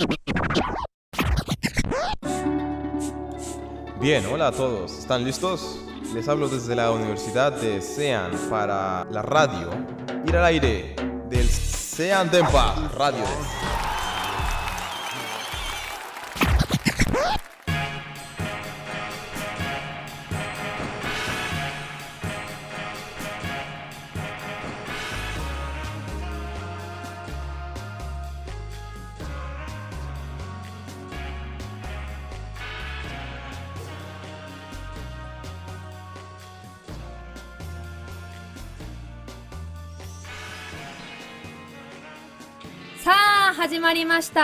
Bien, hola a todos. ¿Están listos? Les hablo desde la Universidad de Sean para la radio. Ir al aire del Sean Denpa Radio. さあ始まりました。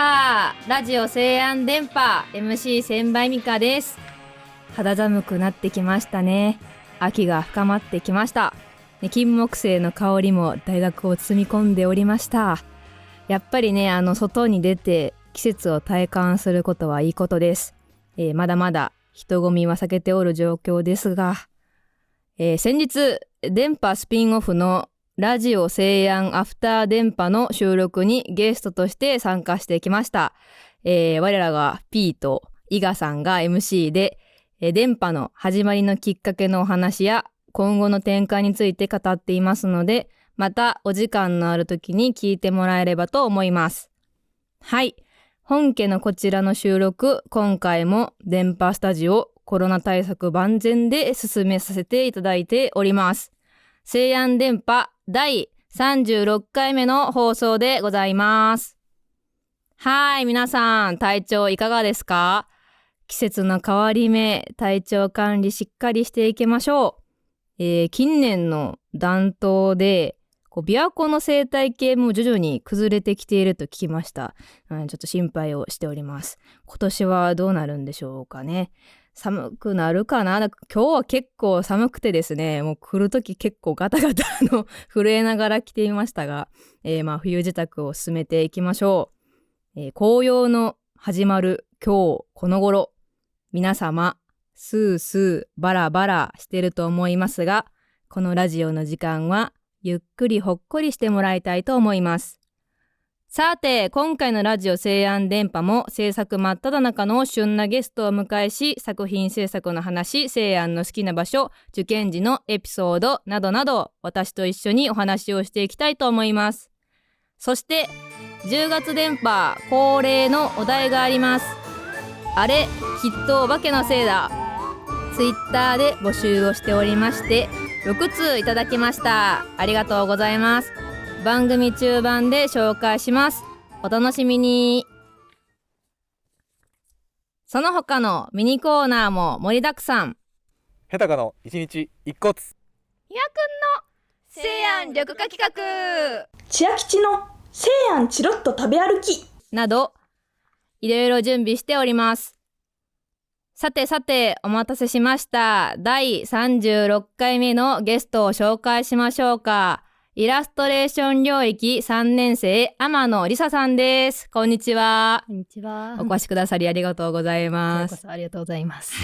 ラジオ西安電波 MC 千倍美香です。肌寒くなってきましたね。秋が深まってきました。金木犀の香りも大学を包み込んでおりました。やっぱりね、外に出て季節を体感することはいいことです。まだまだ人混みは避けておる状況ですが、先日電波スピンオフのラジオ西安アフター電波の収録にゲストとして参加してきました。我らが P と伊賀さんが MC で、電波の始まりのきっかけのお話や今後の展開について語っていますので、またお時間のある時に聞いてもらえればと思います。はい。本家のこちらの収録、今回も電波スタジオコロナ対策万全で進めさせていただいております。西安電波第36回目の放送でございます。はい、皆さん体調いかがですか？季節の変わり目、体調管理しっかりしていきましょう。近年の暖冬で琵琶湖の生態系も徐々に崩れてきていると聞きました。ちょっと心配をしております。今年はどうなるんでしょうかね。寒くなるかな。今日は結構寒くてですね、もう来るとき結構ガタガタ震えながら来ていましたが、冬支度を進めていきましょう。紅葉の始まる今日この頃、皆様スースーバラバラしてると思いますが、このラジオの時間はゆっくりほっこりしてもらいたいと思います。さて、今回のラジオ西安電波も制作真っ只中の旬なゲストを迎えし、作品制作の話、西安の好きな場所、受験時のエピソードなどなど、私と一緒にお話をしていきたいと思います。そして、10月電波恒例のお題があります。あれ、きっとお化けのせいだ。ツイッターで募集をしておりまして、6通いただきました。ありがとうございます。番組中盤で紹介します。お楽しみに。その他のミニコーナーも盛りだくさん。 ヘタカの1日1骨。 ひやくんの西安緑化企画。 千秋吉の西安チロッと食べ歩き。 など、いろいろ準備しております。さてさて、お待たせしました。第36回目のゲストを紹介しましょうか。イラストレーション領域3年生、天野りささんです。こんにちは。 こんにちは。 お越しくださりありがとうございます。 こちらこそありがとうございます。 はい。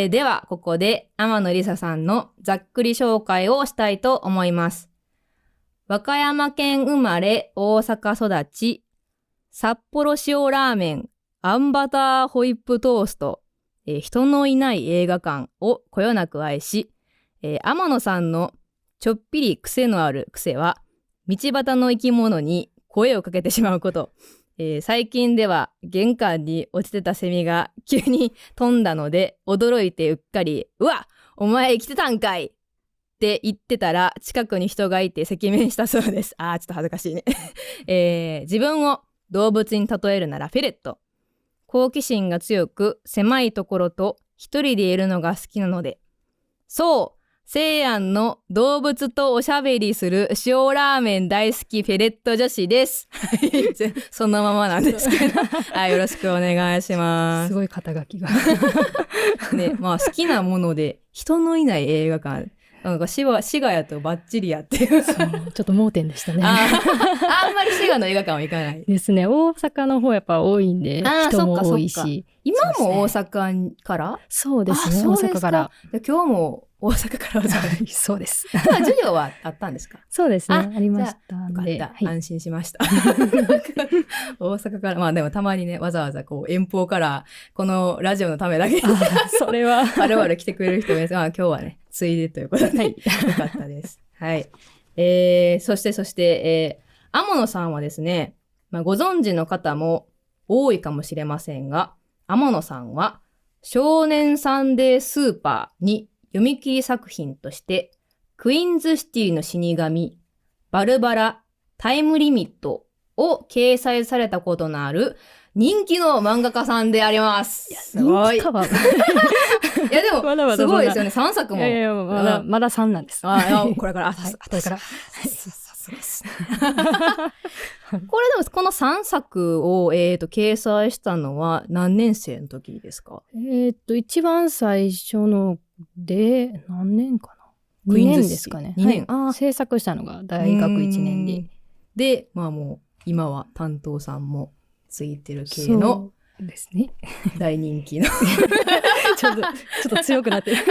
では、ここで天野りささんのざっくり紹介をしたいと思います。和歌山県生まれ、大阪育ち、札幌塩ラーメン、あんバターホイップトースト、人のいない映画館をこよなく愛し、天野さんのちょっぴり癖のある癖は、道端の生き物に声をかけてしまうこと。最近では玄関に落ちてたセミが急に飛んだので、驚いてうっかり、うわ、お前生きてたんかいって言ってたら、近くに人がいて赤面したそうです。ちょっと恥ずかしいね。自分を動物に例えるならフェレット。好奇心が強く、狭いところと一人でいるのが好きなので。そう、西安の動物とおしゃべりする塩ラーメン大好きフェレット女子です。そのままなんですけど、よろしくお願いします。 すごい肩書きが。 ね、好きなもので人のいない映画館。 なんか滋賀やとバッチリやっていう。 そうちょっと盲点でしたね。 あんまり滋賀の映画館は行かない。 ですね。大阪の方やっぱ多いんで、人も多いし。 今も大阪から？ そうですね。大阪から。 今日も大阪からそうです。 今日は授業はあったんですか？ そうですね。ありましたんで。 よかった。安心しました。大阪から、まあでもたまにね、わざわざこう遠方から、このラジオのためだけそれは。 我々来てくれる人もいますが、今日はね、ついでということで、よかったです。はい。そして、天野さんはですね、ご存知の方も多いかもしれませんが、天野さんは少年サンデースーパーに読み切り作品として、クイーンズシティの死神、バルバラ、タイムリミットを掲載されたことのある人気の漫画家さんであります。 すごい。いやでも、まだまだすごいですよね。3作も。 いやまだ3なんです。 これから、これから。さすがです。これでも、この3作を、掲載したのは何年生の時ですか？ 一番最初ので、何年かな？ 2 年ですかね。 2年。 はい、制作したのが大学1年で。 で、まあもう、今は担当さんもついてる系のですね。 大人気のちょっと強くなってる。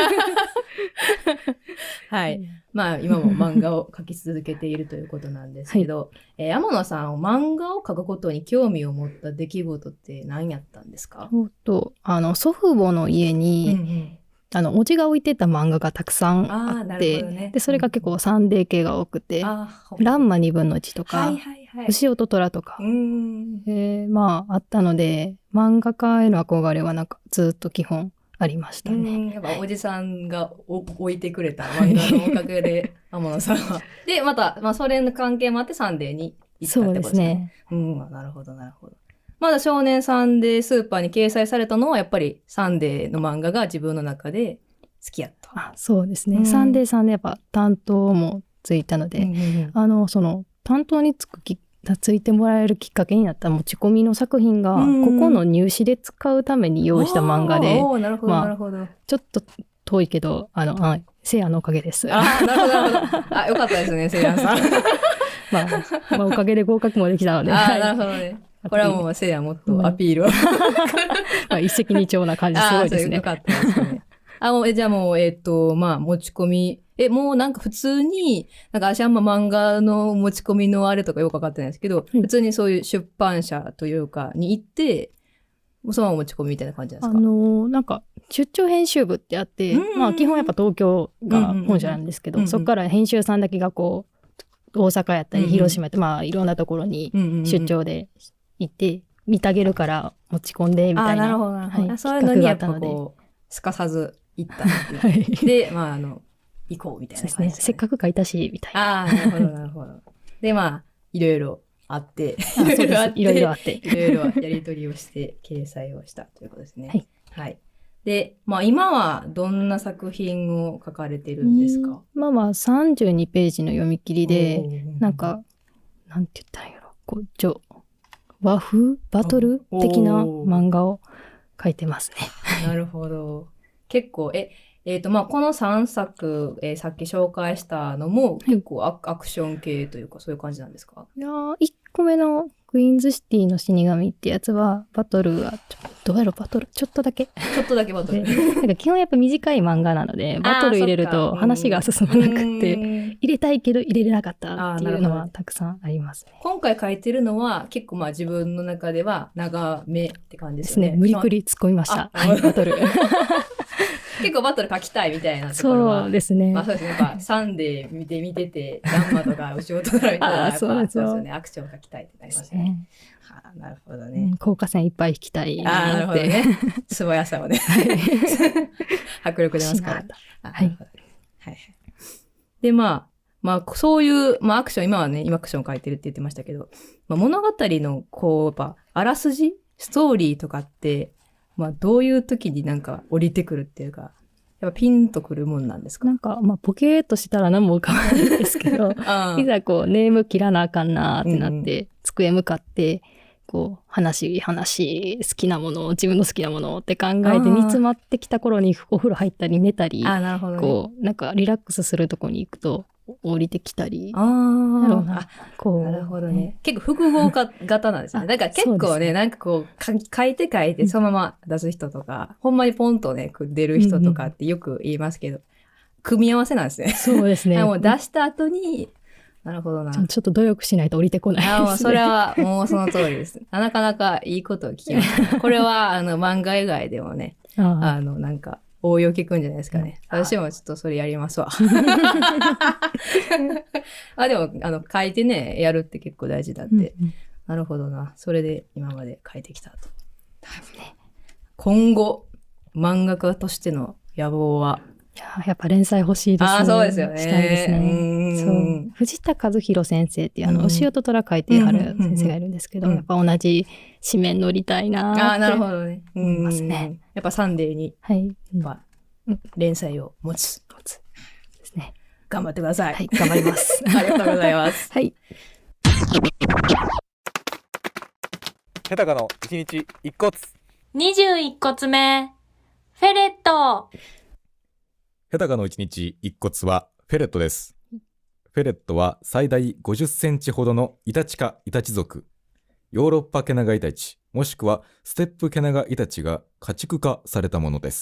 はい。まあ今も漫画を描き続けているということなんですけど、天野さんは漫画を描くことに興味を持った出来事って何やったんですか？ 祖父母の家に、おじが置いてた漫画がたくさんあって、ね、でそれが結構サンデー系が多くて、ランマ2分の1とか、牛音虎とか、まああったので、漫画家への憧れはなんかずっと基本ありましたね。 やっぱおじさんが置いてくれた漫画のおかげで、天野さんは。で、また、それの関係もあってサンデーに行ったってことですね。そうですね。なるほど。まだ少年サンデースーパーに掲載されたのはやっぱりサンデーの漫画が自分の中で好きやった。 そうですね。サンデーさんでやっぱ担当もついたので、その担当についてもらえるきっかけになった持ち込みの作品が、ここの入試で使うために用意した漫画で、 なるほど。 ちょっと遠いけど、せいやのおかげです。 なるほど。よかったですね、せいやさん。 おかげで合格もできたので。 なるほどね。これはもうせいやもっとアピールを。 一石二鳥な感じすごいですね。 よかったですね。じゃあもう、持ち込み、もうなんか普通に、なんか私あんま漫画の持ち込みのあれとかよくわかってないですけど、普通にそういう出版社というかに行って、そのまま持ち込みみたいな感じなんですか？ なんか、出張編集部ってあって、基本やっぱ東京が本社なんですけど、そこから編集さんだけがこう、大阪やったり広島やったり、いろんなところに出張で行って、見てあげるから持ち込んで、みたいな。 なるほど、なるほど。そういうのにやっぱこう、すかさず行ったっていう。で、行こうみたいな感じですね。 せっかく書いたし、みたいな。 なるほど。で、いろいろあって、 いろいろあって。 いろいろやり取りをして掲載をしたということですね。はい。で、今はどんな作品を書かれてるんですか？ 今は32ページの読み切りで、なんか、なんて言ったんやろ。和風バトル的な漫画を書いてますね。 なるほど。結構、この3作、さっき紹介したのも結構アクション系というかそういう感じなんですか？ いやー、1個目のクイーンズシティの死神ってやつは、バトルは、どうやろバトルちょっとだけバトル。 なんか基本やっぱ短い漫画なので、バトル入れると話が進まなくて、入れたいけど入れれなかったっていうのはたくさんありますね。 今回書いてるのは結構自分の中では長めって感じですね。 無理くり突っ込みました。バトル。 結構バトル書きたいみたいなところは。 そうですね。 そうですね。サンデー見てて、ランマとかお仕事だみたいな。そうですよね。アクション書きたいってなりますね。なるほどね。 効果線いっぱい引きたいなって。 なるほどね。素早さをね。迫力出ますから。はい。で、そういう、アクション、今はね、今アクション書いてるって言ってましたけど、物語の、やっぱ、あらすじストーリーとかって、どういう時になんか降りてくるっていうか、やっぱピンとくるもんなんですか？ なんか、ポケーっとしたら何も浮かばないんですけど、いざネーム切らなあかんなーってなって、机向かってこう話好きなもの自分の好きなものって考えて煮詰まってきた頃にお風呂入ったり寝たり、 なるほどね、 こうなんかリラックスするとこに行くと降りてきたり。 なるほどね、 ね、 結構複合型なんですね。だから結構ね、なんかこう書いてそのまま出す人とか、ほんまにポンとね出る人とかってよく言いますけど、組み合わせなんですね。 そうですね。 もう出した後に、なるほどな。 ちょっと努力しないと降りてこないですね。 それはもうその通りです。なかなかいいことを聞きました。これは漫画以外でもね、なんか応用聞くんじゃないですかね。私もちょっとそれやりますわ。でも書いてねやるって結構大事だって。なるほどな。それで今まで書いてきたと。今後漫画家としての野望は。 やっぱ連載欲しいですね。 そうですよね。 したいですね。そう。藤田和弘先生っていう牛音虎書いてはる先生がいるんですけど、やっぱ同じ紙面乗りたいなって思いますね。 やっぱサンデーに、連載を持つ。 ですね。 頑張ってください。 はい、頑張ります。 ありがとうございます。 はい。 ヘタカの1日1骨。 21骨目、フェレット。 ヘタカの1日1骨はフェレットです。フェレットは最大50センチほどのイタチ科イタチ属、ヨーロッパケナガイタチもしくはステップケナガイタチが家畜化されたものです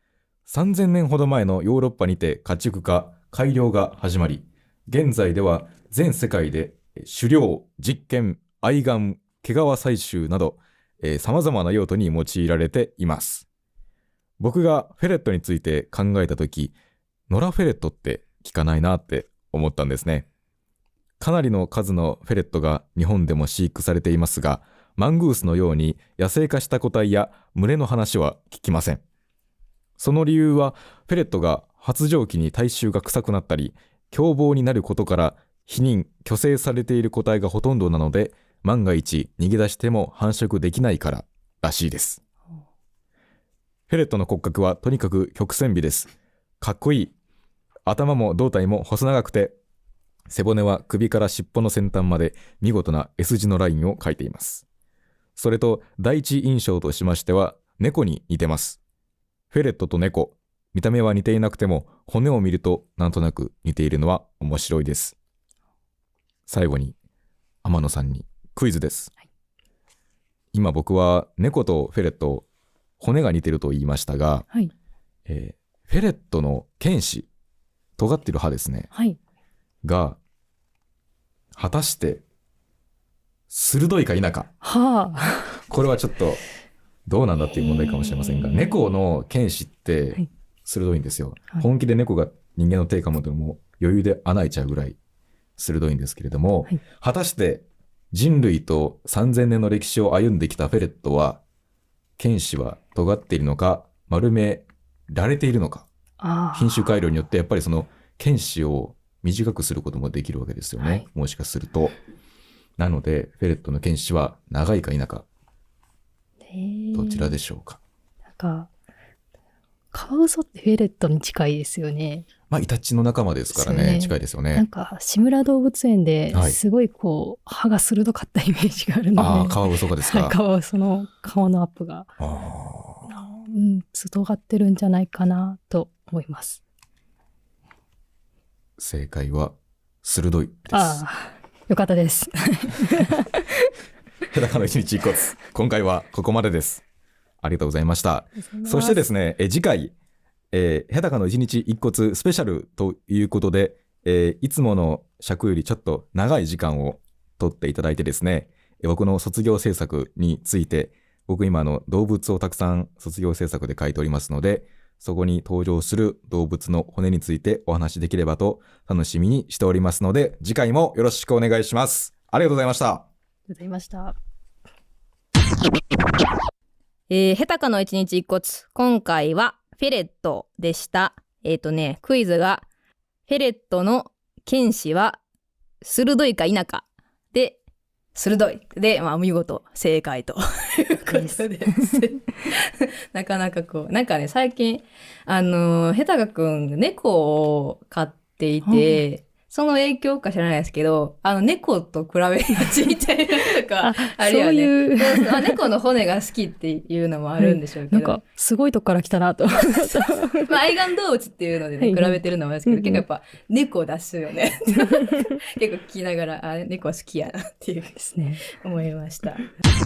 。3000年ほど前のヨーロッパにて家畜化、改良が始まり、現在では全世界で狩猟、実験、愛玩、毛皮採集など様々な用途に用いられています。僕がフェレットについて考えたとき、野良フェレットって聞かないなって思ったんですね。かなりの数のフェレットが日本でも飼育されていますが、マングースのように野生化した個体や群れの話は聞きません。その理由は、フェレットが発情期に体臭が臭くなったり、凶暴になることから避妊・去勢されている個体がほとんどなので、万が一逃げ出しても繁殖できないかららしいです。フェレットの骨格はとにかく曲線美です。かっこいい。頭も胴体も細長くて、背骨は首から尻尾の先端まで見事な S 字のラインを描いています。それと第一印象としましては、猫に似てます。フェレットと猫、見た目は似ていなくても骨を見るとなんとなく似ているのは面白いです。最後に天野さんにクイズです。今僕は猫とフェレット骨が似てると言いましたが、フェレットの犬歯、尖ってる歯ですね、が果たして鋭いか否か、これはちょっとどうなんだっていう問題かもしれませんが、猫の犬歯って鋭いんですよ。本気で猫が人間の手かもとも余裕で穴開いちゃうぐらい鋭いんですけれども、果たして人類と3000年の歴史を歩んできたフェレットは、犬歯は尖っているのか丸められているのか、品種改良によってやっぱりその犬歯を短くすることもできるわけですよね、もしかすると。なのでフェレットの犬歯は長いか否か、どちらでしょうか。 なんかカワウソってフェレットに近いですよね。 イタチの仲間ですからね、近いですよね。 なんか志村動物園ですごいこう、歯が鋭かったイメージがあるので。 カワウソがですか。 カワウソの顔のアップが尖ってるんじゃないかなと思います。 正解は鋭いです。 よかったです。 ヘタカの一日一骨、今回はここまでです。ありがとうございました。そしてですね、次回ヘタカの一日一骨スペシャルということで、いつもの尺よりちょっと長い時間を取っていただいてですね、僕の卒業制作について、僕今動物をたくさん卒業制作で書いておりますので、そこに登場する動物の骨についてお話しできればと楽しみにしておりますので、次回もよろしくお願いします。ありがとうございました。 ありがとうございました。 ヘタカの一日一骨、今回はフェレットでした。クイズがフェレットの犬歯は鋭いか否かで、鋭いで、見事正解ということです。なかなかなんかね、最近ヘタカくん猫を飼っていて、 その影響か知らないですけど、猫と比べがちみたいなとか、あるよね。 そういう猫の骨が好きっていうのもあるんでしょうけど。 なんか、すごいとこから来たなと。 愛玩動物っていうのでね、比べてるのもあるんですけど、結構やっぱ、猫出すよね。結構聞きながら、猫は好きやなっていうですね、思いました。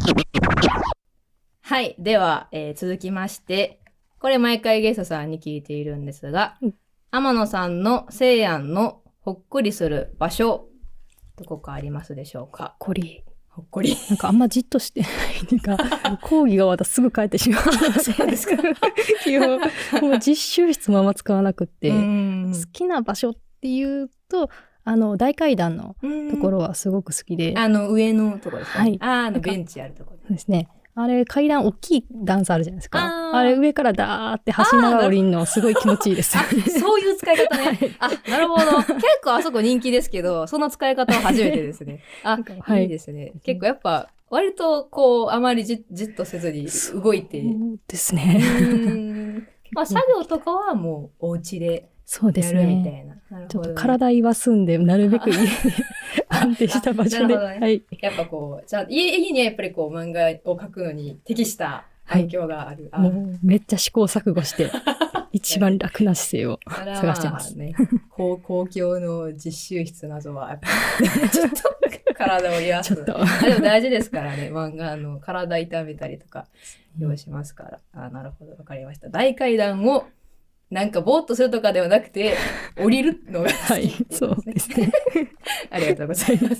はい。では、続きまして、これ毎回ゲストさんに聞いているんですが、天野さんの西安のほっこりする場所、どこかありますでしょうか？ ほっこり。なんかあんまじっとしてない。なんか、講義が終わったらすぐ帰ってしまう。 そうですか。 もう実習室もあんま使わなくって、好きな場所っていうと、大階段のところはすごく好きで。 上のところですか？ はい。 ベンチあるところですね。あれ、階段、大きい段差あるじゃないですか。あれ、上からダーって走りながら降りるの、すごい気持ちいいです。 そういう使い方ね。なるほど。結構あそこ人気ですけど、その使い方は初めてですね。いいですね。結構やっぱ、割と、あまりじっとせずに動いて。 そうですね。 作業とかはもう、お家で。 そうですね。みたいな。 ちょっと体言わすんで、なるべく家で安定した場所で。 はい。やっぱ家にはやっぱり漫画を描くのに適した環境がある。 もうめっちゃ試行錯誤して、一番楽な姿勢を探してます。 公共の実習室などは、やっぱちょっと体を癒す。でも大事ですからね、漫画体痛めたりとか、要しますから。なるほど、わかりました。大階段を、なんかぼーっとするとかではなくて、降りるのが好き、 はい、そうですね。 ありがとうございます。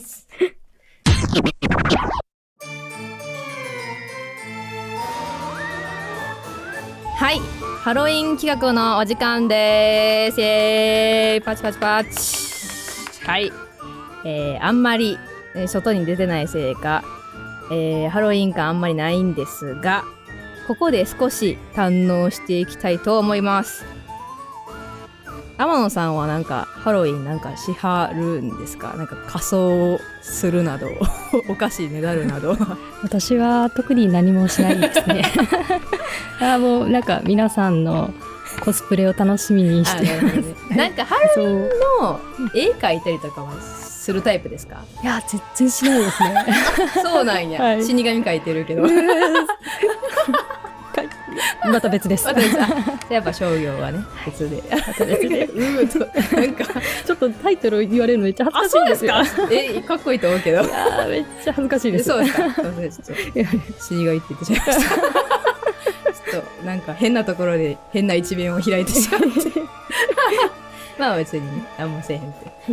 はい、ハロウィン企画のお時間です。パチパチパチ。はい、あんまり外に出てないせいか、ハロウィン感あんまりないんですが、ここで少し堪能していきたいと思います。天野さんはなんかハロウィンなんかしはるんですか？なんか仮装するなどお菓子ねだるなど私は特に何もしないですね。もうなんか皆さんのコスプレを楽しみにして、 なんかハロウィンの絵描いたりとかはするタイプですか？ いや全然しないですね。 そうなんや、はい、死神描いてるけどまた別です。 やっぱ商業はね別でなんかちょっとタイトル言われるのめっちゃ恥ずかしいんですよ。 そうですか？かっこいいと思うけど。 いやめっちゃ恥ずかしいです。 そうですか。死神って言ってしまいました。ちょっとなんか変なところで変な一面を開いてしまってまあ別にね何もせえへんって。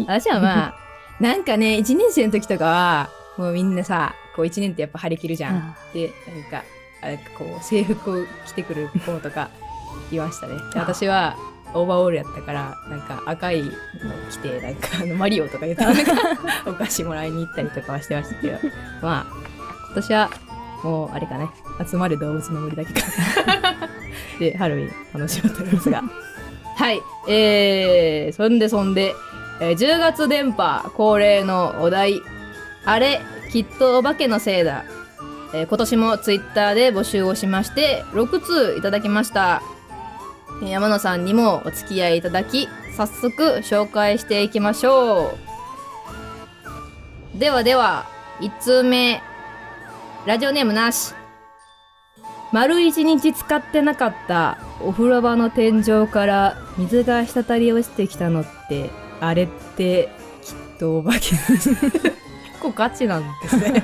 私はまあなんかね1年生の時とかはもうみんなさ1年ってやっぱ張り切るじゃん。でなんか制服を着てくる子とかいましたね。私はオーバーオールやったからなんか赤いの着てなんかマリオとか言ったらお菓子もらいに行ったりとかはしてましたけど、まあ今年はもうあれかね、集まる動物の森だけかでハロウィン楽しむと思いますがはい、そんで、10月電波恒例のお題、あれきっとお化けのせいだ。今年もツイッターで募集をしまして6通いただきました。山野さんにもお付き合いいただき早速紹介していきましょう。では1通目、ラジオネームなし。丸1日使ってなかったお風呂場の天井から水が滴り落ちてきたのってあれってきっとお化けです結構ガチなんですね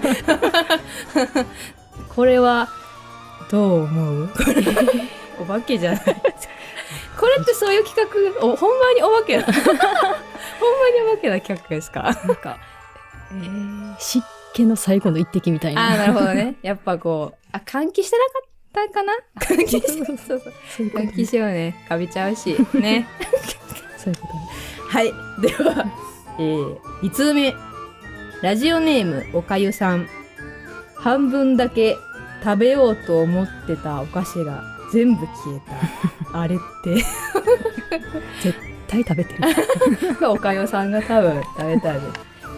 これはどう思う？これお化けじゃないこれってそういう企画、ほんまにお化けなほんまにお化けな企画ですか？ なんか、湿気の最後の一滴みたいな。 なるほどね。やっぱ換気してなかったかな？換気そう換気しようね。かびちゃうしねそういうことね。 はい、では、2通目、ラジオネームおかゆさん。半分だけ食べようと思ってたお菓子が全部消えたあれって絶対食べてるおかゆさんが多分食べたいです。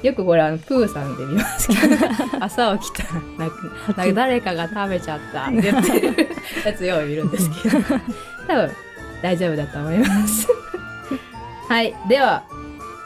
よくこれプーさんで見ますけど朝起きたらなんか誰かが食べちゃったって言ってるやつよう見るんですけど多分大丈夫だと思いますはい、では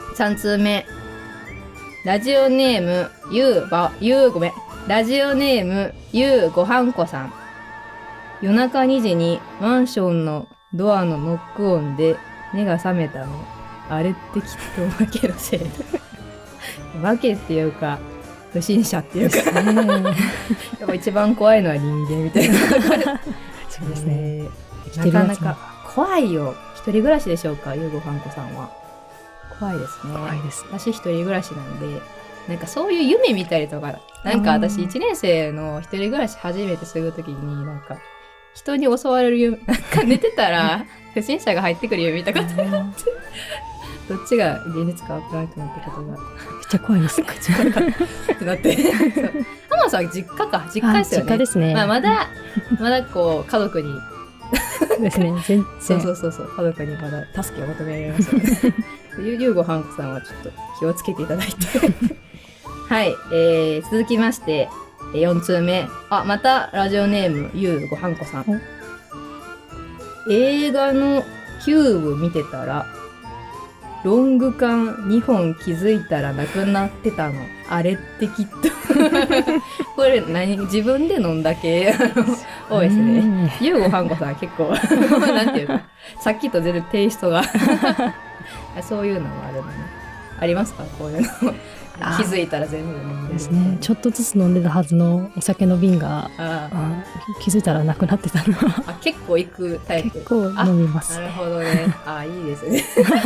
3通目。ラジオネーム、ラジオネーム、ゆうごはんこさん。夜中2時にマンションのドアのノック音で目が覚めたの。あれってきっとお化けのせいだ。お化けっていうか、不審者っていうか、やっぱ一番怖いのは人間みたいな。 そうですね。 なかなか怖いよ。一人暮らしでしょうか、ゆうごはんこさんは。怖いですね。 怖いです。 私一人暮らしなんで、なんかそういう夢見たりとか、なんか私1年生の一人暮らし初めてするときに、なんか人に襲われる夢、なんか寝てたら不審者が入ってくる夢見たことがあって、どっちが現実かわからなくなったことが。 めっちゃ怖いです。 ってなって。浜田さん実家か。実家ですよね。 実家ですね。 まだこう、家族に。 ですね。全然。 そう。家族にまだ助けを求められますよね。ゆうごはんこさんはちょっと気をつけていただいて。はい。続きまして、4通目。また、ラジオネーム、ゆうごはんこさん。映画のキューブ見てたら、ロング缶2本気づいたらなくなってたの。あれってきっと。これ自分で飲んだ系多いですね。ゆうごはんこさん結構、なんていうか、さっきと全然テイストが。そういうのもあるのね。ありますかこういうの。気づいたら全部飲んでるですね。ちょっとずつ飲んでたはずのお酒の瓶が気づいたらなくなってたの。 結構いくタイプ。 結構飲みます。 なるほどね。いいですね。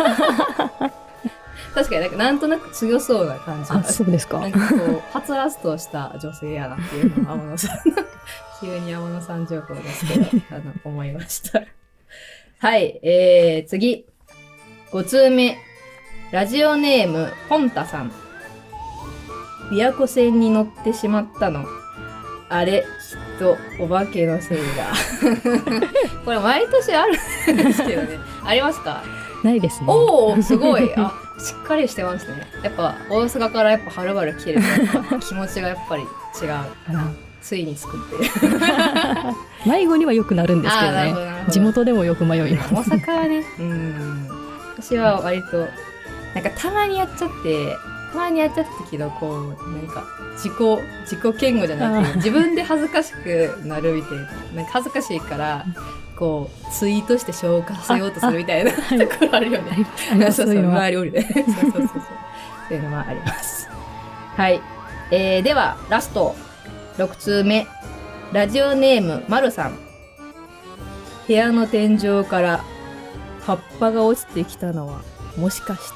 確かになんとなく強そうな感じ。 そうですか。 なんかこう、はつらつとした女性やなっていうのは天野さんの、急に天野さん情報ですけど、思いました。はい、次。5通目。ラジオネーム、ポンタさん。琵琶湖線に乗ってしまったの。あれ、きっとお化けのせいだ。これ毎年あるんですけどね。ありますか？ ないですね。 おー、すごい。しっかりしてますね。やっぱ大阪からやっぱはるばる来てると気持ちがやっぱり違う。ついに作ってる。 迷子にはよくなるんですけどね。地元でもよく迷います。 大阪はね。私は割と、なんかたまにやっちゃってけど、こう、なんか、自己嫌悪じゃないけど、自分で恥ずかしくなるみたいな。なんか恥ずかしいから、こう、ツイートして消化させようとするみたいなところあるよね。そう、周りおるね。そう。そういうのはあります。はい。では、ラスト、6通目。ラジオネーム、まるさん。部屋の天井から葉っぱが落ちてきたのは、もしかして、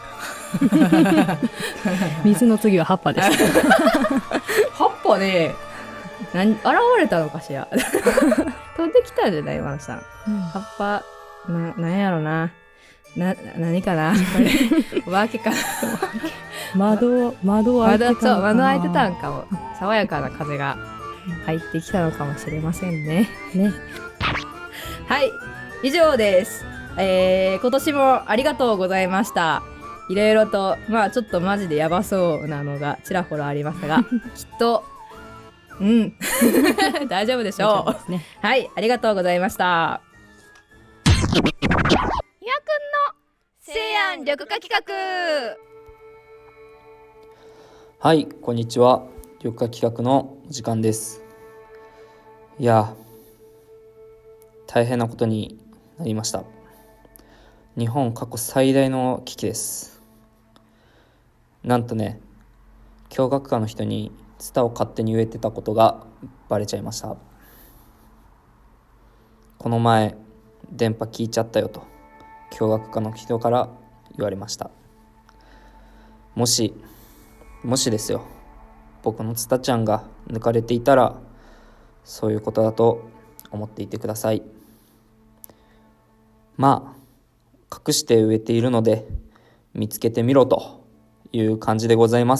水の次は葉っぱです。 葉っぱね、現れたのかしら。飛んできたんじゃないマルさん。葉っぱ、なんやろな。何かなお化けかな。窓開いてたのかな。窓開いてたんかも。爽やかな風が入ってきたのかもしれませんね。はい、以上です。今年もありがとうございました。いろいろと、ちょっとマジでやばそうなのがちらほらありますが、きっと、大丈夫でしょう。はい、ありがとうございました。ひやくんの西安緑化企画。 はい、こんにちは。緑化企画のお時間です。いや、大変なことになりました。日本過去最大の危機です。なんとね、共学科の人にツタを勝手に植えてたことがバレちゃいました。この前、電波聞いちゃったよと共学科の人から言われました。もしですよ、僕のツタちゃんが抜かれていたら、そういうことだと思っていてください。隠して植えているので見つけてみろという感じでございます。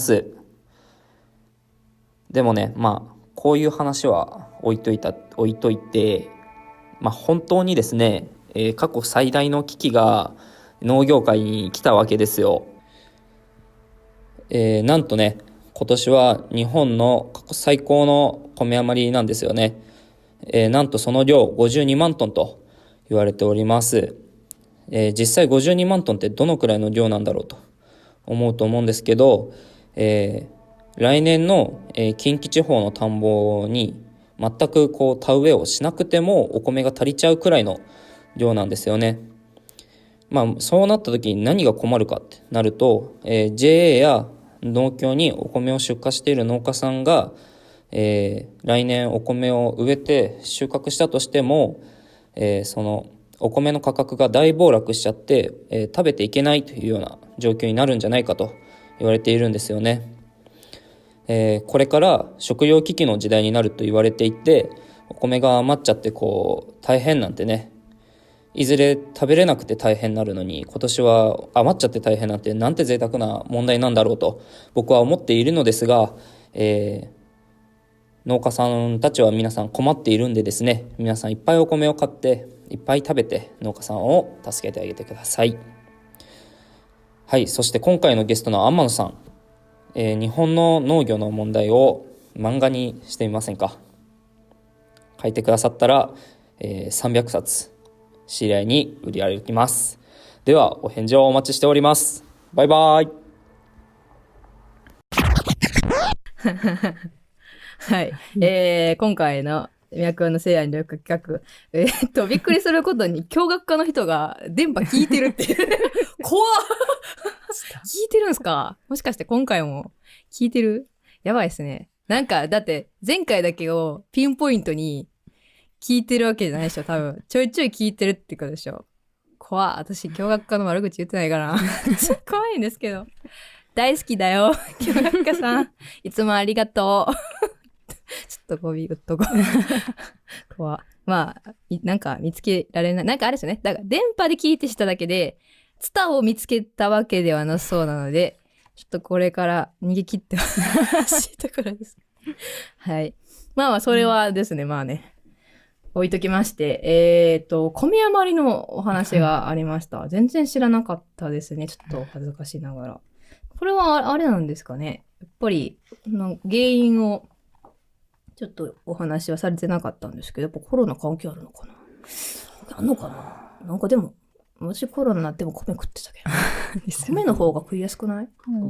でもね、こういう話は置いといて、本当にですね、過去最大の危機が農業界に来たわけですよ。なんとね、今年は日本の過去最高の米余りなんですよね。なんとその量52万トンと言われております。実際52万トンってどのくらいの量なんだろうと思うと思うんですけど、来年の、近畿地方の田んぼに全く田植えをしなくてもお米が足りちゃうくらいの量なんですよね。そうなった時に何が困るかってなると、JA や農協にお米を出荷している農家さんが、来年お米を植えて収穫したとしても、そのお米の価格が大暴落しちゃって、食べていけないというような状況になるんじゃないかと言われているんですよね。これから食糧危機の時代になると言われていて、お米が余っちゃって大変なんてね、いずれ食べれなくて大変になるのに、今年は余っちゃって大変なんてなんて贅沢な問題なんだろうと僕は思っているのですが、農家さんたちは皆さん困っているんでですね、皆さんいっぱいお米を買っていっぱい食べて農家さんを助けてあげてください。はい、そして今回のゲストの天野さん、日本の農業の問題を漫画にしてみませんか。書いてくださったら、300冊知り合いに売り歩きます。ではお返事をお待ちしております。バイバイ。 はい、今回の脈の聖夜に緑化企画、びっくりすることに驚愕家の人が電波聞いてるっていう怖っ聞いてるんですか？もしかして今回も聞いてる？やばいですね。なんかだって前回だけをピンポイントに聞いてるわけじゃないでしょ。多分ちょいちょい聞いてるってことでしょ。怖っ。私驚愕家の悪口言ってないから怖いんですけど、大好きだよ驚愕家さん、いつもありがとうちょっと語尾打っとこう怖っ。なんか見つけられない。なんかあれですよね。だから電波で聞いてしただけでツタを見つけたわけではなそうなので、ちょっとこれから逃げ切ってほしいところです。はい。それはですね、置いときまして、米余りのお話がありました。全然知らなかったですね。ちょっと恥ずかしながら。これはあれなんですかね。やっぱり、原因を、ちょっとお話はされてなかったんですけど、やっぱコロナ関係あるのかな？あんのかな？なんかでも、もしコロナになっても米食ってたけど。米の方が食いやすくない？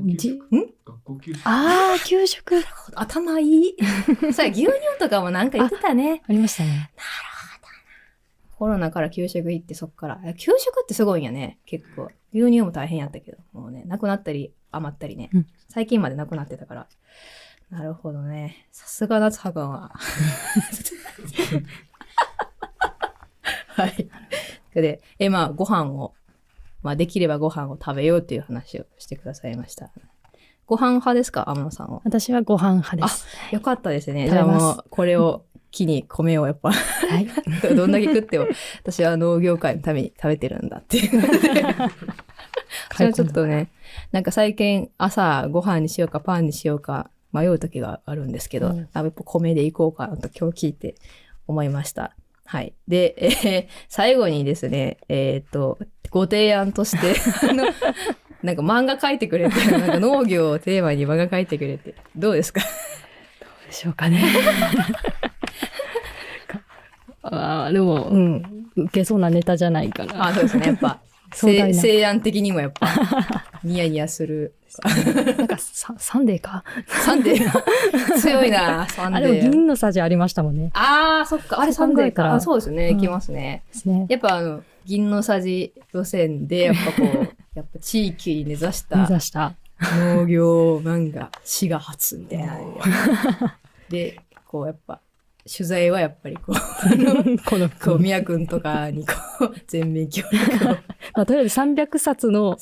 給食。 頭いい。さあ、牛乳とかもなんか言ってたね。 ありましたね。 なるほどな。コロナから給食行ってそっから。給食ってすごいんやね。結構。牛乳も大変やったけど。もうね、なくなったり余ったりね。最近までなくなってたから。なるほどね。さすが夏葉くんは。はい。で、ご飯を、できればご飯を食べようっていう話をしてくださいました。ご飯派ですか、天野さんは？ 私はご飯派です。 よかったですね。じゃあもう、これを機に米をやっぱ、はい、どんだけ食っても、私は農業界のために食べてるんだっていう。私はちょっとね、なんか最近朝ご飯にしようかパンにしようか迷う時があるんですけど、やっぱ米でいこうかなと今日聞いて思いました。はい。で、最後にですね、ご提案として、なんか漫画描いてくれて、なんか農業をテーマに漫画描いてくれて、どうですか？どうでしょうかね。でも、受けそうなネタじゃないかな。 そうですね、やっぱ。西安的にもやっぱ、ニヤニヤする。 なんかサンデーか。 サンデー強いな、サンデー。 でも銀のさじありましたもんね。 そっか。あれサンデーから。そうですね、行きますね。やっぱ銀のさじ路線で、やっぱやっぱ地域に根ざした農業漫画、滋賀発みたいな。で、やっぱ、取材はやっぱり宮くんとかに全面協力を。 とりあえず300冊の、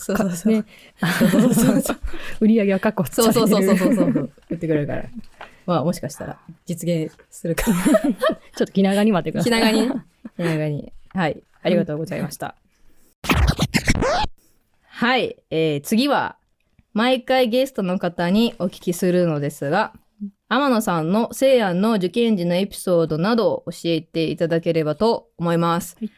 売り上げは確保されてる。 そう言ってくれるから。もしかしたら実現するか。ちょっと気長に待ってください。 気長に。はい。ありがとうございました。はい。次は、毎回ゲストの方にお聞きするのですが、天野さんの西安の受験時のエピソードなどを教えていただければと思います。はい、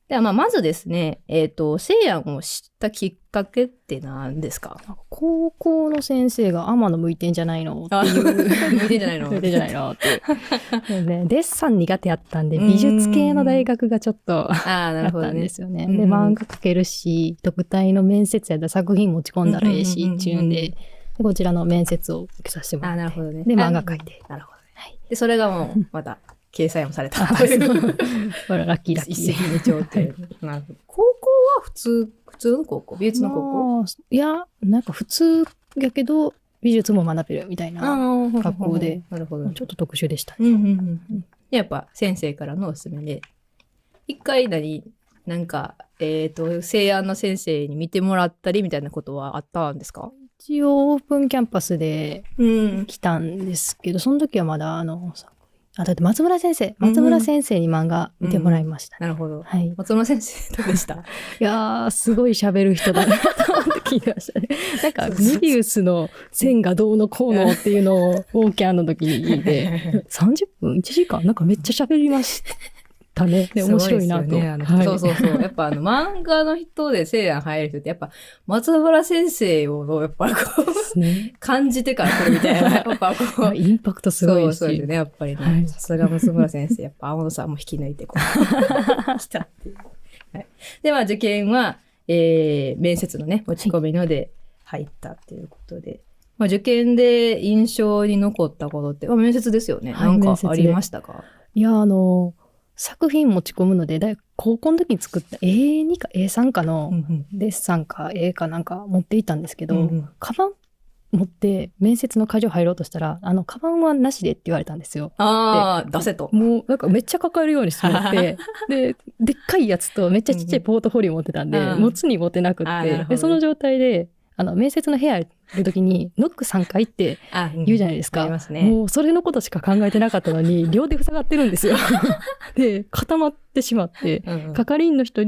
ではまずですね、セイヤンを知ったきっかけって何ですか？ 高校の先生が天野向いてんじゃないのっていう。 向いてんじゃないの向いてんじゃないのっていう。ね、デッサン苦手やったんで、美術系の大学がちょっとあったんですよね。で、漫画描けるし、特待の面接やったら作品持ち込んだらええし、一応で、こちらの面接を受けさせてもらって。 なるほどね。 で、漫画描いて。 なるほどね。はい。で、それがもう、また、掲載もされたという。 ほら、ラッキー。 一石二鳥という。なるほど。高校は普通の高校？美術の高校？ いや、なんか普通やけど、美術も学べるみたいな学校で。 なるほど。 ちょっと特殊でしたね。 やっぱ先生からのおすすめで。一回なんか、西安の先生に見てもらったりみたいなことはあったんですか？ 一応オープンキャンパスで来たんですけど、その時はまだだって松村先生に漫画見てもらいました、 なるほど。 はい。 松村先生どうでした？ いやー、すごい喋る人だなと思って聞いてましたね。なんか、メビウスの線がどうのこうのっていうのを、オーキャンの時に聞いて、30分 ?1 時間なんかめっちゃ喋りましたね。で、面白いなと。 そうそうそう。やっぱ漫画の人で西安入る人って、やっぱ松村先生をやっぱ感じてから来るみたいな。やっぱインパクトすごいし。 そうですね、やっぱりね。さすが松村先生、やっぱ青野さんも引き抜いて来たっていう。はい、で、受験は、面接のね、持ち込みので入ったっていうことで。受験で印象に残ったことって、面接ですよね。なんかありましたか？ いや、作品持ち込むので、高校の時に作った A2 か A3 かのデッサンか A かなんか持っていたんですけど、カバン持って面接の会場入ろうとしたら、カバンはなしでって言われたんですよ。 出せと。 もうなんかめっちゃ抱えるようにしてもって、でっかいやつとめっちゃちっちゃいポートフォリオ持ってたんで、持つに持てなくって、で、その状態で、面接の部屋やるときにノック3回って言うじゃないですか。 ありますね。 もうそれのことしか考えてなかったのに、両手塞がってるんですよ。で、固まってしまって、係員の人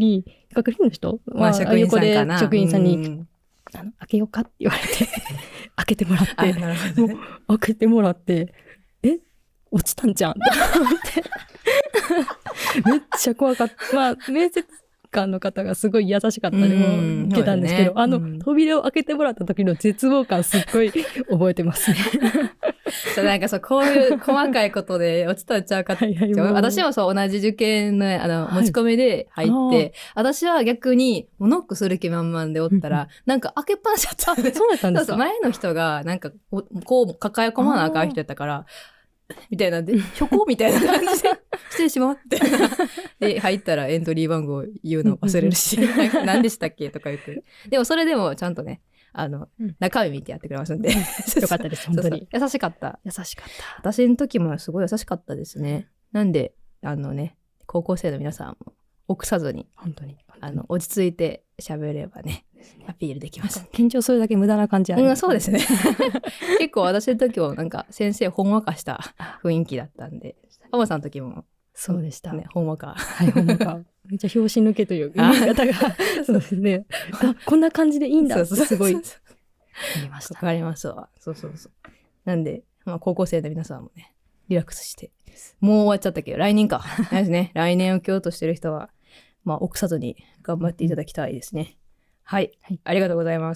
横で職員さんに、開けようかって言われて、開けてもらって、もう開けてもらって、落ちたんじゃんって思って。めっちゃ怖かった。面接官の方がすごい優しかったでも受けたんですけど、扉を開けてもらった時の絶望感すっごい覚えてますね。 なんかこういう細かいことで落ちたんちゃうかって。私もそう、同じ受験の持ち込みで入って、私は逆にノックする気満々でおったら、なんか開けっぱなしだったんで。 そうだったんですか？ 前の人がなんかこう抱え込まなあかん人やったから、みたいなんで、ひょこみたいな感じで、失礼しますって。で、入ったらエントリー番号言うの忘れるし、何でしたっけとか言って。でもそれでもちゃんとね、中身見てやってくれますんで。 よかったです、本当に。 優しかった。私の時もすごい優しかったですね。なんで、高校生の皆さんも、臆さずに、 本当に落ち着いて喋ればね、アピールできます。 緊張するだけ無駄な感じある。 そうですね。結構私の時もなんか先生ほんわかした雰囲気だったんで、浜さんの時もそうでした。 ね、ほんわか。 はい、ほんわか。めっちゃ拍子抜けという言い方が、そうですね。こんな感じでいいんだってすごい。ありました。 わかりますわ。そう。なんで、高校生の皆さんもね、リラックスして。もう終わっちゃったけど、来年か。ですね。来年を受けようとしてる人は、臆さずに頑張っていただきたいですね。はい。ありがとうございます。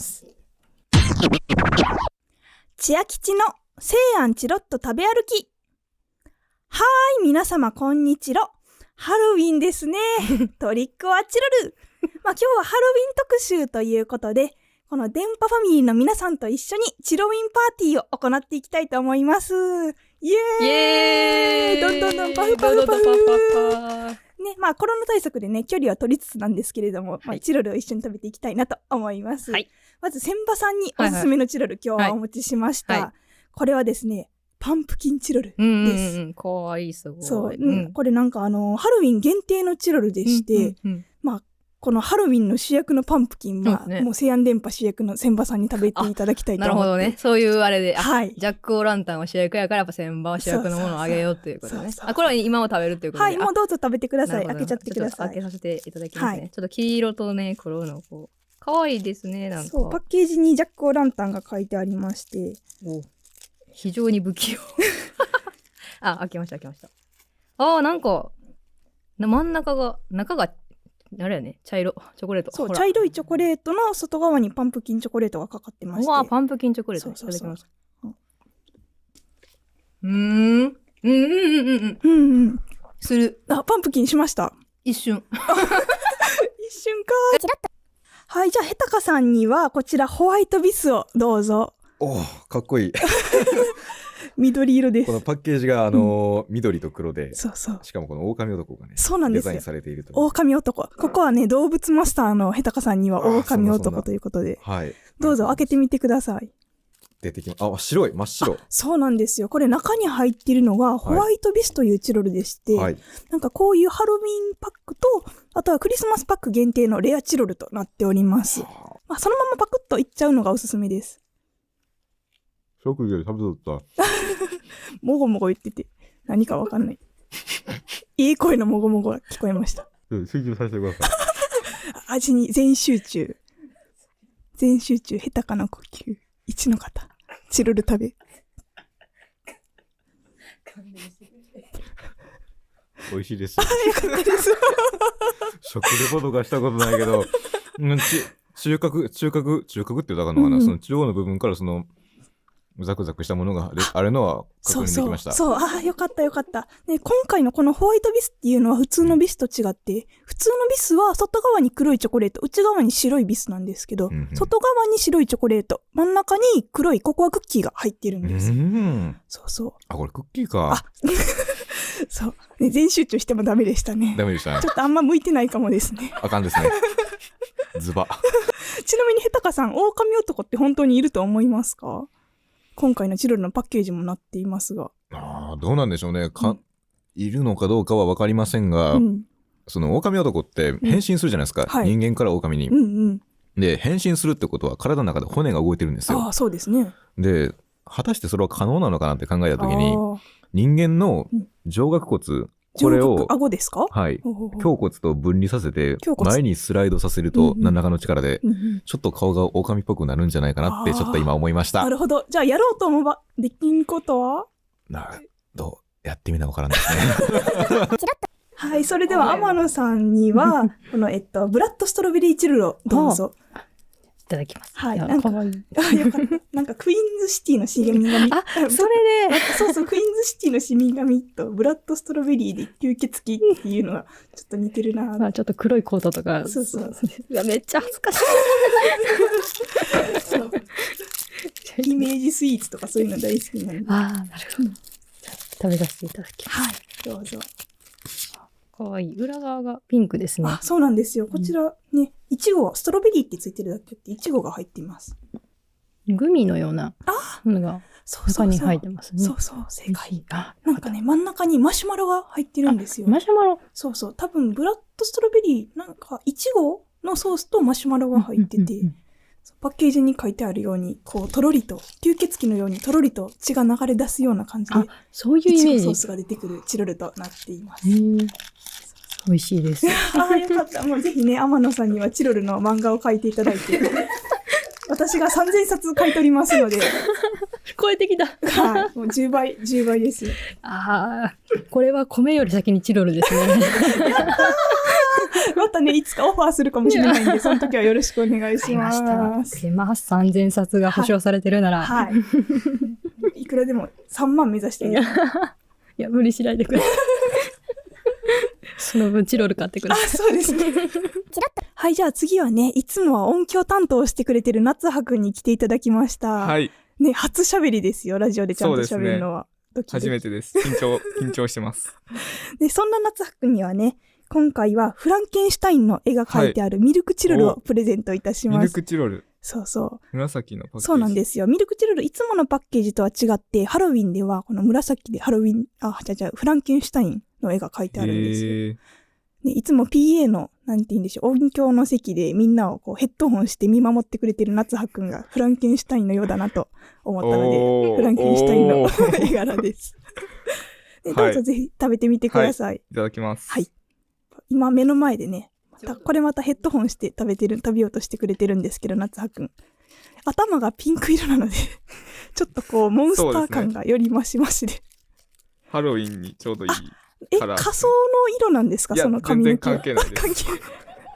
千秋吉の西安チロッと食べ歩き。はーい、皆様こんにちは。ハロウィンですね。トリックオアチロル。今日はハロウィン特集ということで、この電波ファミリーの皆さんと一緒にチロウィンパーティーを行っていきたいと思います。イエーイ、どんどんパフパフパフ。ね、コロナ対策でね、距離は取りつつなんですけれども、チロルを一緒に食べていきたいなと思います。はい、まず、千葉さんにおすすめのチロル、今日はお持ちしました。これはですね、パンプキンチロルです。 かわいい、すごい。 そう、これなんかハロウィン限定のチロルでして、このハロウィンの主役のパンプキンは、もう西安電波主役の千葉さんに食べていただきたいと思って。 なるほどね。そういうあれで、ジャック・オー・ランタンは主役やから、やっぱ千葉は主役のものをあげようっていうことね。これは今も食べるっていうことで。 はい、もうどうぞ食べてください。開けちゃってください。 開けさせていただきますね。ちょっと黄色とね、黒のこう、かわいいですね、なんか。 そう、パッケージにジャック・オー・ランタンが書いてありまして。 非常に不器用。開けました。なんか、真ん中が、中があれやね、茶色チョコレート。 そう、 ほら茶色いチョコレートの外側にパンプキンチョコレートがかかってまして。 うわ、パンプキンチョコレート。 そうそうそういただきます。うんうんうんうん。 する。 あ、パンプキンしました。 一瞬。 一瞬か。はい、じゃあ、ヘタカさんには、こちらホワイトビスをどうぞ。 おー、かっこいい。 緑色です。 このパッケージが緑と黒で、 そうそう。 しかもこの狼男がね、 そうなんですよ。 デザインされていると。 狼男。ここはね、動物マスターのヘタカさんには狼男ということで。 はい。 どうぞ開けてみてください。 出てきます。あ、白い、真っ白。 そうなんですよ。これ中に入っているのがホワイトビスというチロルでして、はい、なんかこういうハロウィンパックと、あとはクリスマスパック限定のレアチロルとなっております。まあ、そのままパクッといっちゃうのがおすすめです。 食事で食べとった。 もごもご言ってて、何かわかんない。いい声のもごもごが聞こえました。 集中させてください。 味に全集中。全集中、ヘタカな呼吸。1の方。チロル食べ。 美味しいです。 あ、よかったです。 食レポとかしたことないけど、中核って言ったかな、その中央の部分からその、ザクザクしたものがあるのは確認できました。 そう、あ、よかったよかった。ね、今回のこのホワイトビスっていうのは普通のビスと違って、普通のビスは外側に黒いチョコレート、内側に白いビスなんですけど、外側に白いチョコレート、真ん中に黒いココアクッキーが入ってるんです。そうそう。 あ、これクッキーか。 あそう。ね、全集中してもダメでしたね。 ダメでしたね。 ちょっとあんま向いてないかもですね。 あかんですね。ズバ。 ちなみにヘタカさん、狼男って本当にいると思いますか？今回のチロルのパッケージもなっていますが。 ああ、どうなんでしょうね。いるのかどうかは分かりませんが、その狼男って変身するじゃないですか。人間から狼に。で、変身するってことは体の中で骨が動いてるんですよ。 ああ、そうですね。 で、果たしてそれは可能なのかなって考えたときに、人間の上顎骨、これを、 顎ですか？ はい。胸骨と分離させて、前にスライドさせると、何らかの力で、ちょっと顔が狼っぽくなるんじゃないかなって、ちょっと今思いました。 なるほど。じゃあ、やろうと思えば、できんことは？ やってみなわからないですね。 はい。それでは、天野さんには、この、ブラッドストロベリーチルルをどうぞ。 いただきます。 はい。なんか、よかった。なんか、クイーンズシティの死神。 あ、それで。 そうそう、クイーンズシティの死神と、ブラッドストロベリーで吸血鬼っていうのが、ちょっと似てるな。 まあ、ちょっと黒いコートとか。 そうそう。 めっちゃ恥ずかしい。そう。 イメージスイーツとかそういうの大好きなんで。 ああ、なるほど。食べさせていただきます。 はい、どうぞ。 かわいい。裏側がピンクですね。 あ、そうなんですよ。こちらね、いちご、ストロベリーってついてるだけっていちごが入っています。 グミのようなものが中に入ってますね。 そうそう、正解。なんかね、真ん中にマシュマロが入ってるんですよ。 マシュマロ？ そうそう。多分、ブラッドストロベリー、なんか、いちごのソースとマシュマロが入ってて、パッケージに書いてあるように、こう、とろりと、吸血鬼のようにとろりと血が流れ出すような感じで、 そういうイメージ。 いちごソースが出てくるチロルとなっています。 美味しいです。 ああ、よかった。もうぜひね、天野さんにはチロルの漫画を描いていただいて、私が3000冊買い取りますので。 超えてきた。 はい。もう10倍です。 ああ、これは米より先にチロルですね。 またね、いつかオファーするかもしれないんで、その時はよろしくお願いします。 出ます。3000冊が保証されてるなら。 はい。いくらでも3万目指している。 いや、無理しないでくれ。その分チロル買ってください。 あ、そうですね。はい、じゃあ次はね、いつもは音響担当してくれてる夏葉くんに来ていただきました。 はい。 ね、初喋りですよ、ラジオでちゃんと喋るのは。 初めてです。緊張してます。 で、そんな夏葉くんにはね、今回はフランケンシュタインの絵が描いてあるミルクチロルをプレゼントいたします。 ミルクチロル。 そうそう。 紫のパッケージ。 そうなんですよ。ミルクチロル、いつものパッケージとは違って、ハロウィンではこの紫でフランケンシュタインの絵が描いてあるんですよ。ね、いつも PA の、なんて言うんでしょう、音響の席でみんなをこうヘッドホンして見守ってくれてる夏葉くんがフランケンシュタインのようだなと思ったので、フランケンシュタインの絵柄です。でどうぞぜひ食べてみてください。 いただきます。 はい。今目の前でね、これまたヘッドホンして食べようとしてくれてるんですけど、夏葉くん。頭がピンク色なので、ちょっとこう、モンスター感がより増し増しで。 ハロウィンにちょうどいい。 仮装の色なんですか、その髪の毛。 全然関係ないです。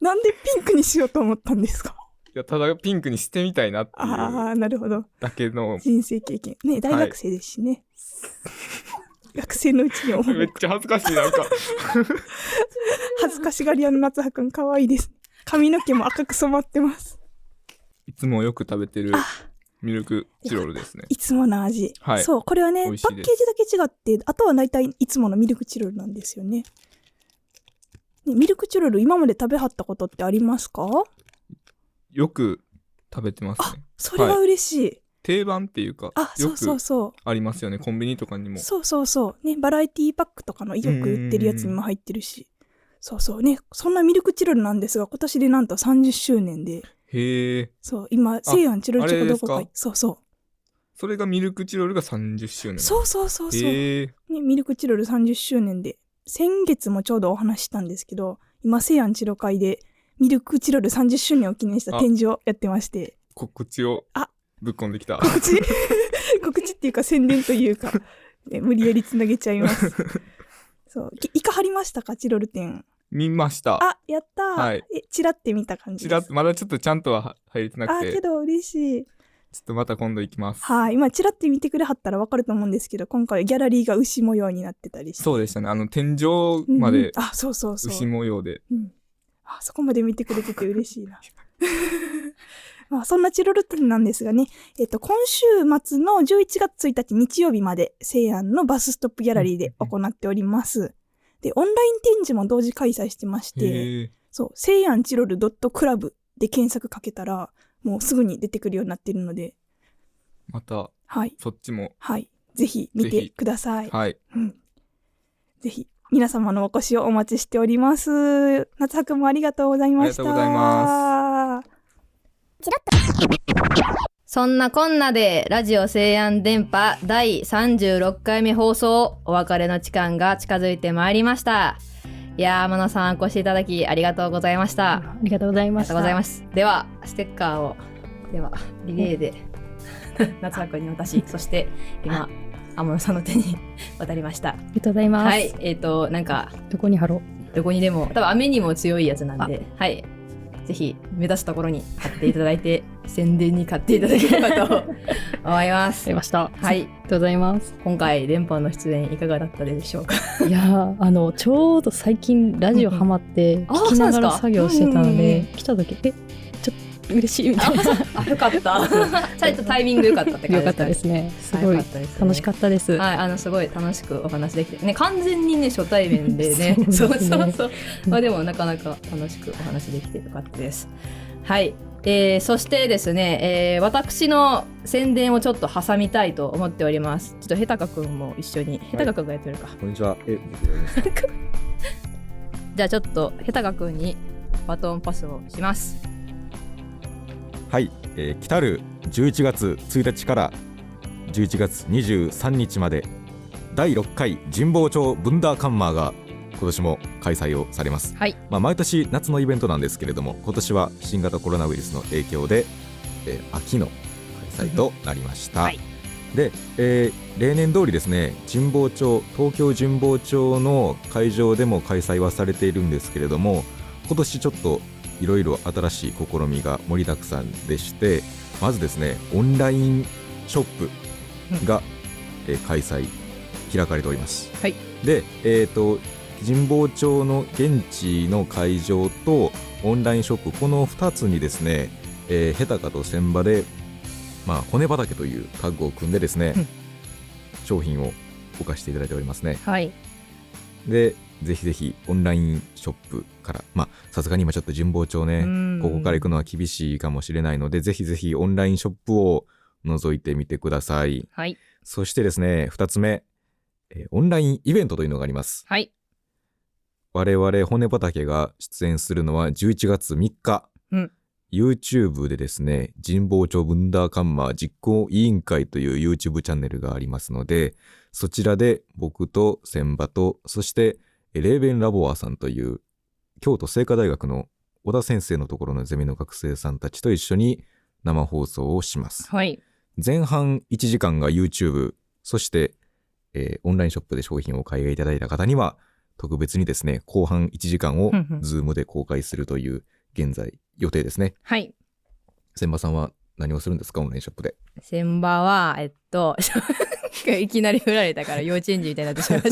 なんでピンクにしようと思ったんですか？ いや、ただピンクにしてみたいなっていうああ、なるほど。 だけの。 人生経験。ね、大学生ですしね。学生のうちに思う。 めっちゃ恥ずかしい、なんか。 恥ずかしがり屋の夏葉くん、かわいいです。髪の毛も赤く染まってます。 いつもよく食べてるミルクチロルですね。 いつもの味。 はい。 そう、これはね、パッケージだけ違って、あとは大体いつものミルクチロルなんですよね。ね、ミルクチロル今まで食べはったことってありますか？ よく食べてますね。 それは嬉しい。はい、 定番っていうか、 そうそうそう。 ありますよね、コンビニとかにも。 そうそうそう。ね、バラエティパックとかのよく売ってるやつにも入ってるし。そうそうね。そんなミルクチロルなんですが、今年でなんと30周年で。 へえ。 そう、今、西安チロルチョコどこか。そうそう。 それがミルクチロルが30周年。 そうそうそうそう。ね、ミルクチロル30周年で。先月もちょうどお話ししたんですけど、今、西安チロ会でミルクチロル30周年を記念した展示をやってまして。 告知をぶっこんできた。 告知っていうか宣伝というか、ね、無理やりつなげちゃいます。そう。いかはりましたか、チロル展。 見ました。 やったー。 はい。 チラって見た感じです。 チラって、まだちょっとちゃんとは入れてなくて。 けど嬉しい。 ちょっとまた今度行きます。 はい。今、チラって見てくれはったら分かると思うんですけど、今回ギャラリーが牛模様になってたりして。 そうでしたね。天井まで、 そうそうそう。 牛模様で。 そこまで見てくれてて嬉しいな。まあ、そんなチロル展なんですがね、今週末の11月1日日曜日まで、西安のバスストップギャラリーで行っております。で、オンライン展示も同時開催してまして、そう、西安チロル.club で検索かけたら、もうすぐに出てくるようになっているので、 また、 はい、 そっちも、 はい、ぜひ見てください。 はい、 ぜひ皆様のお越しをお待ちしております。夏葉くんもありがとうございました。 ありがとうございます。 そんなこんなでラジオ西安電波第36回目放送お別れの時間が近づいてまいりました。いやー、天野さんお越しいただきありがとうございました。 ありがとうございました。 ありがとうございます。ではステッカーをリレーで夏葉くんに渡し、そして今天野さんの手に渡りました。 ありがとうございます。 はい、なんかどこに貼ろう？どこにでも、多分雨にも強いやつなんで、はい。ぜひ目指すところに買っていただいて宣伝に買っていただければと思います。 ありました。 はい、 ありがとうございます。 今回電波の出演いかがだったでしょうか？ いやちょうど最近ラジオハマって聞きながら作業してたので、来た時ちょっと嬉しいみたいな。 よかった。ちゃんとタイミング良かったって感じですか？ 良かったですね。すごい楽しかったです。 はい、すごい楽しくお話できてね、完全にね初対面でね。そう。まあでもなかなか楽しくお話できてよかったです。はい。そしてですね、私の宣伝をちょっと挟みたいと思っております。ちょっとヘタカくんも一緒に、ヘタカくんがやってるか。 こんにちは。 じゃあちょっとヘタカくんにバトンパスをします。 はい、来たる11月1日から11月23日まで第6回神保町ブンダーカンマーが今年も開催をされます。 はい。 毎年夏のイベントなんですけれども、今年は新型コロナウイルスの影響で、秋の開催となりました。はい、で、例年通りですね、東京神保町の会場でも開催はされているんですけれども、今年ちょっといろいろ新しい試みが盛りだくさんでして、まずですね、オンラインショップが、開かれております。 はい。 で、神保町の現地の会場とオンラインショップ、この2つにですね、ヘタカと千葉で、骨畑というタッグを組んでですね、商品を置かせていただいておりますね。 はい。 で、ぜひぜひオンラインショップから、さすがに今ちょっと神保町ね、ここから行くのは厳しいかもしれないので、ぜひぜひオンラインショップを覗いてみてください。 はい。 そしてですね、2つ目、オンラインイベントというのがあります。 はい。 我々骨畑が出演するのは11月3日、YouTube でですね、神保町ブンダーカンマー実行委員会という YouTube チャンネルがありますので、そちらで僕と千葉と、そしてレーベンラボアさんという京都精華大学の小田先生のところのゼミの学生さんたちと一緒に生放送をします。 はい。 前半1時間が YouTube、そして、オンラインショップで商品をお買い上げいただいた方には特別にですね、後半1時間をズームで公開するという現在予定ですね。 はい。 千葉さんは何をするんですか、オンラインショップで。 千葉はいきなり振られたから幼稚園児みたいになってしまいま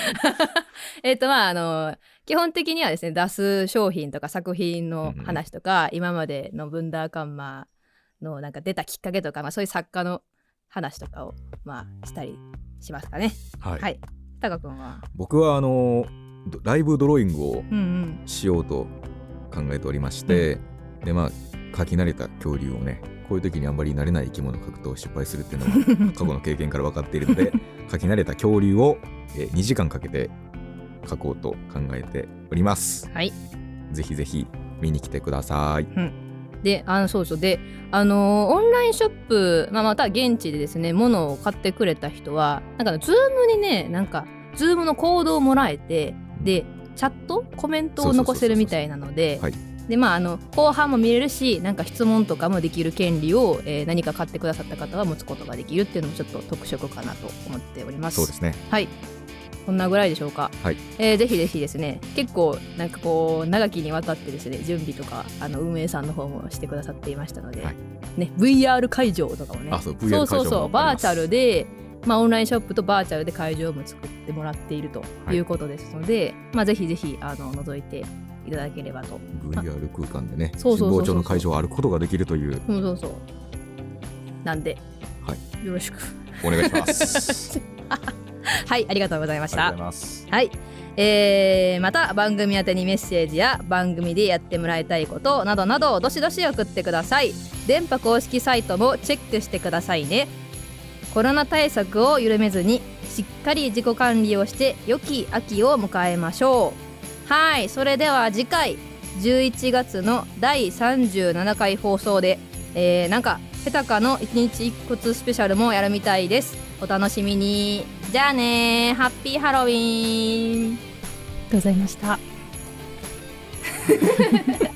した基本的にはですね、出す商品とか作品の話とか、今までのブンダーカンマのなんか出たきっかけとか、そういう作家の話とかをしたりしますかね。はい。タカ君は？ 僕はライブドローイングをしようと考えておりまして、で描き慣れた恐竜をね、こういう時にあんまり慣れない生き物を描くと失敗するっていうのは過去の経験から分かっているので描き慣れた恐竜を2時間かけて描こうと考えております。 はい。 ぜひぜひ見に来てください。 で、そうで、オンラインショップ、また現地でですね、物を買ってくれた人は、なんかズームにね、なんかズームのコードをもらえて、でチャットコメントを残せるみたいなので、で後半も見れるし、なんか質問とかもできる権利を、何か買ってくださった方は持つことができるっていうのもちょっと特色かなと思っております。 そうですね。 はい。こんなぐらいでしょうか。 はい。 ぜひぜひですね、結構なんかこう長きにわたってですね、準備とか運営さんの方もしてくださっていましたので、ね、VR 会場とかもね、 VR 会場もそうバーチャルで、オンラインショップとバーチャルで会場も作ってもらっているということですので、ぜひぜひ覗いていただければと。 VR 空間でね、神保町の会場を歩くことができるという。 そうなんで、よろしくお願いしますはい、ありがとうございました。 ありがとうございます。 はい、また番組宛てにメッセージや番組でやってもらいたいことなどなどどしどし送ってください。電波公式サイトもチェックしてくださいね。コロナ対策を緩めずにしっかり自己管理をして良き秋を迎えましょう。はい、それでは次回11月の第37回放送で、なんかヘタカの1日1骨スペシャルもやるみたいです。お楽しみに。じゃあね、ハッピーハロウィーン。 ありがとうございました